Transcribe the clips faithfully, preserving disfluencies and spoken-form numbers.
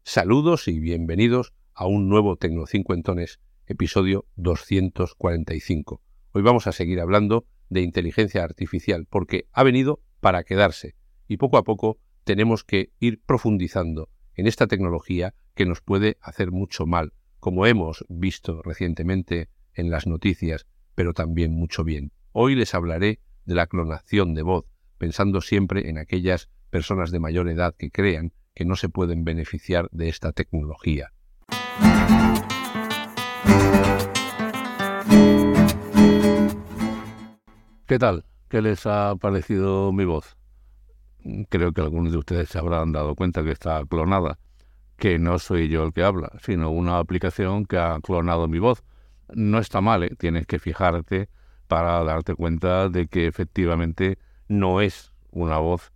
Saludos y bienvenidos a un nuevo Tecnocincuentones, episodio doscientos cuarenta y cinco. Hoy vamos a seguir hablando de inteligencia artificial porque ha venido para quedarse y poco a poco tenemos que ir profundizando en esta tecnología que nos puede hacer mucho mal, como hemos visto recientemente en las noticias, pero también mucho bien. Hoy les hablaré de la clonación de voz, pensando siempre en aquellas personas de mayor edad que crean que no se pueden beneficiar de esta tecnología. ¿Qué tal? ¿Qué les ha parecido mi voz? Creo que algunos de ustedes se habrán dado cuenta que está clonada, que no soy yo el que habla, sino una aplicación que ha clonado mi voz. No está mal, ¿eh? Tienes que fijarte para darte cuenta de que efectivamente no es una voz,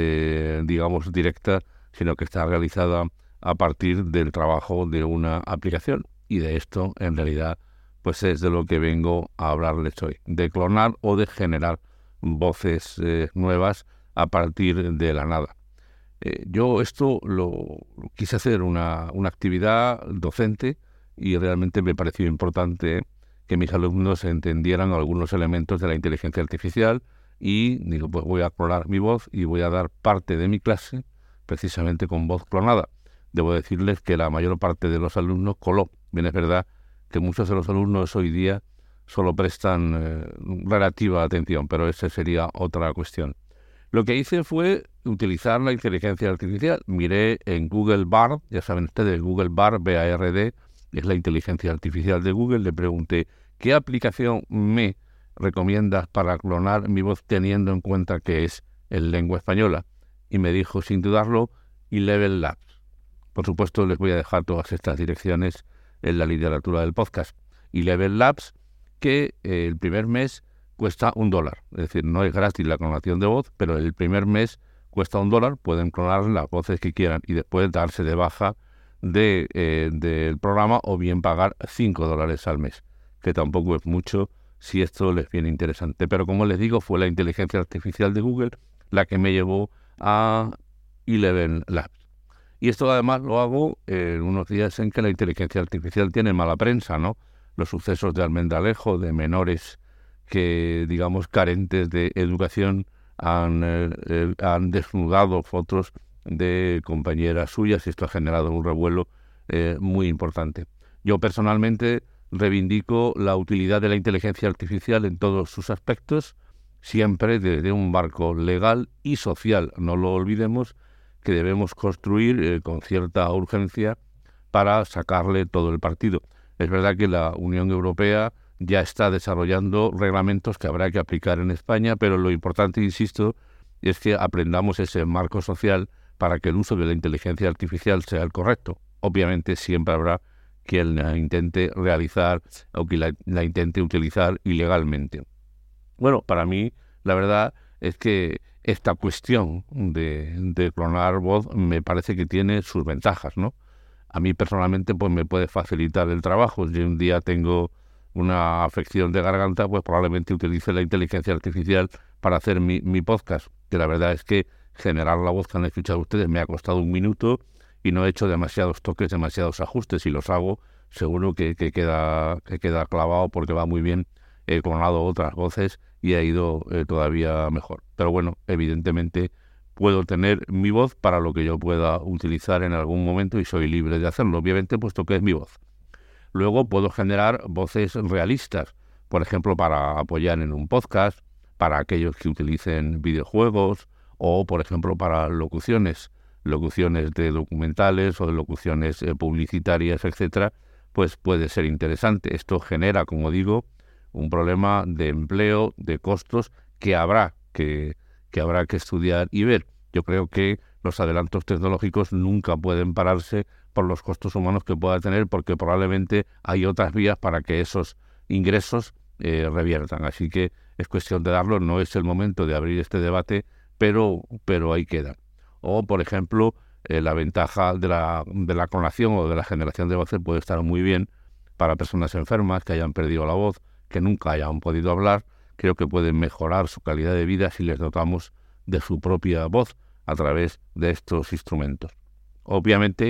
eh, digamos, directa, sino que está realizada a partir del trabajo de una aplicación. Y de esto, en realidad, pues es de lo que vengo a hablarles hoy, de clonar o de generar voces eh, nuevas a partir de la nada. Eh, yo esto lo, lo quise hacer una, una actividad docente y realmente me pareció importante que mis alumnos entendieran algunos elementos de la inteligencia artificial y digo, pues voy a clonar mi voz y voy a dar parte de mi clase precisamente con voz clonada. Debo decirles que la mayor parte de los alumnos coló. Bien, es verdad que muchos de los alumnos hoy día solo prestan eh, relativa atención, pero esa sería otra cuestión. Lo que hice fue utilizar la inteligencia artificial. Miré en Google Bard, ya saben ustedes, Google Bard, B A R D, es la inteligencia artificial de Google. Le pregunté, ¿qué aplicación me recomiendas para clonar mi voz teniendo en cuenta que es en lengua española? Y me dijo, sin dudarlo, Eleven Labs. Por supuesto, les voy a dejar todas estas direcciones en la literatura del podcast. Eleven Labs, que eh, el primer mes cuesta un dólar. Es decir, no es gratis la clonación de voz, pero el primer mes cuesta un dólar. Pueden clonar las voces que quieran y después darse de baja de, eh, del programa o bien pagar cinco dólares al mes, que tampoco es mucho si esto les viene interesante. Pero como les digo, fue la inteligencia artificial de Google la que me llevó a Eleven Labs. Y esto además lo hago en unos días en que la inteligencia artificial tiene mala prensa, ¿no? Los sucesos de Almendalejo, de menores que, digamos, carentes de educación, han, eh, han desnudado fotos de compañeras suyas y esto ha generado un revuelo eh, muy importante. Yo personalmente reivindico la utilidad de la inteligencia artificial en todos sus aspectos, siempre desde un marco legal y social. No lo olvidemos, que debemos construir eh, con cierta urgencia para sacarle todo el partido. Es verdad que la Unión Europea ya está desarrollando reglamentos que habrá que aplicar en España, pero lo importante, insisto, es que aprendamos ese marco social para que el uso de la inteligencia artificial sea el correcto. Obviamente siempre habrá quien la intente realizar o quien la, la intente utilizar ilegalmente. Bueno, para mí, la verdad es que esta cuestión de, de clonar voz me parece que tiene sus ventajas, ¿no? A mí personalmente pues me puede facilitar el trabajo. Si un día tengo una afección de garganta, pues probablemente utilice la inteligencia artificial para hacer mi, mi podcast, que la verdad es que generar la voz que han escuchado ustedes me ha costado un minuto y no he hecho demasiados toques, demasiados ajustes. Si los hago, seguro que, que, queda, que queda clavado porque va muy bien. He clonado otras voces y ha ido eh, todavía mejor. Pero bueno, evidentemente puedo tener mi voz para lo que yo pueda utilizar en algún momento y soy libre de hacerlo, obviamente, puesto que es mi voz. Luego puedo generar voces realistas, por ejemplo, para apoyar en un podcast, para aquellos que utilicen videojuegos o, por ejemplo, para locuciones, locuciones de documentales o de locuciones eh, publicitarias, etcétera, pues puede ser interesante. Esto genera, como digo, un problema de empleo, de costos que habrá que, que habrá que estudiar y ver. Yo creo que los adelantos tecnológicos nunca pueden pararse por los costos humanos que pueda tener, porque probablemente hay otras vías para que esos ingresos eh, reviertan. Así que es cuestión de darlo, no es el momento de abrir este debate, pero, pero ahí queda. O, por ejemplo, eh, la ventaja de la, de la clonación o de la generación de voces puede estar muy bien para personas enfermas que hayan perdido la voz, que nunca hayan podido hablar. Creo que pueden mejorar su calidad de vida si les dotamos de su propia voz a través de estos instrumentos. Obviamente,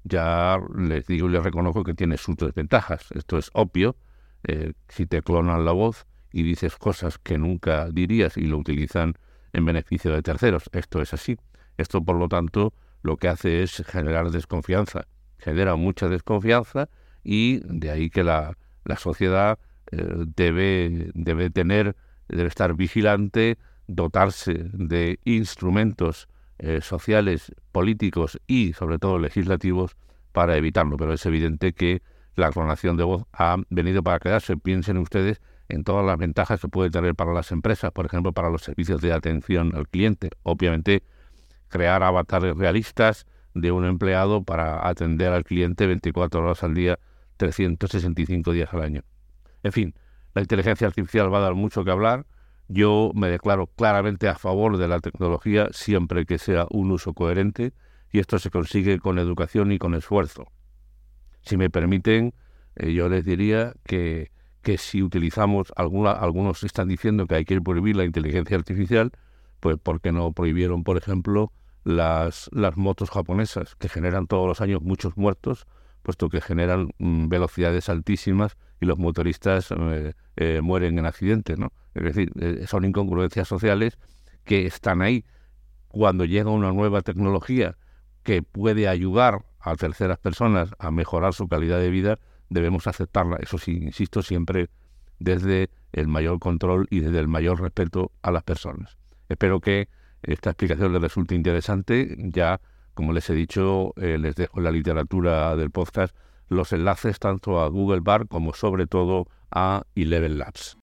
ya les digo y les reconozco que tiene sus desventajas. Esto es obvio. Eh, si te clonan la voz y dices cosas que nunca dirías y lo utilizan en beneficio de terceros, esto es así. Esto, por lo tanto, lo que hace es generar desconfianza. Genera mucha desconfianza y de ahí que la, la sociedad eh, debe, debe tener, debe estar vigilante, dotarse de instrumentos eh, sociales, políticos y, sobre todo, legislativos para evitarlo. Pero es evidente que la clonación de voz ha venido para quedarse. Piensen ustedes en todas las ventajas que puede tener para las empresas, por ejemplo, para los servicios de atención al cliente. Obviamente, crear avatares realistas de un empleado para atender al cliente veinticuatro horas al día, trescientos sesenta y cinco días al año. En fin, la inteligencia artificial va a dar mucho que hablar. Yo me declaro claramente a favor de la tecnología siempre que sea un uso coherente, y esto se consigue con educación y con esfuerzo. Si me permiten, eh, yo les diría que, que si utilizamos, alguna, algunos están diciendo que hay que prohibir la inteligencia artificial, pues ¿por qué no prohibieron, por ejemplo, las, las motos japonesas, que generan todos los años muchos muertos, puesto que generan mm, velocidades altísimas y los motoristas eh, eh, mueren en accidentes, ¿no? Es decir, eh, son incongruencias sociales que están ahí. Cuando llega una nueva tecnología que puede ayudar a terceras personas a mejorar su calidad de vida, debemos aceptarla. Eso sí, insisto, siempre desde el mayor control y desde el mayor respeto a las personas. Espero que esta explicación les resulte interesante. Ya, como les he dicho, eh, les dejo en la literatura del podcast los enlaces tanto a Google Bard como sobre todo a Eleven Labs.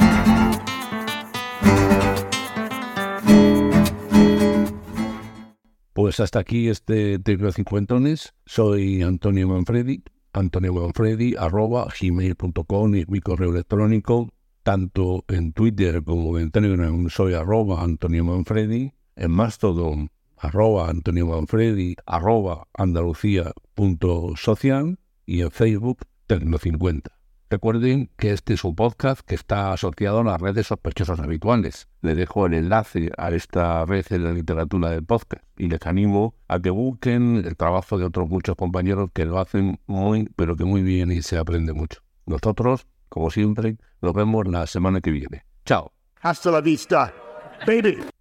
Pues hasta aquí este Tecnocincuentones. Soy Antonio Manfredi, Antonio Manfredi, arroba gmail punto com, es mi correo electrónico. Tanto en Twitter como en Telegram soy arroba Antonio Manfredi, en Mastodon arroba Antonio Manfredi, arroba Andalucía punto social y en Facebook Tecno cincuenta. Recuerden que este es un podcast que está asociado a las redes sospechosas habituales. Les dejo el enlace a esta red en la literatura del podcast y les animo a que busquen el trabajo de otros muchos compañeros que lo hacen muy, pero que muy bien y se aprende mucho. Nosotros, como siempre, nos vemos la semana que viene. Chao. Hasta la vista, baby.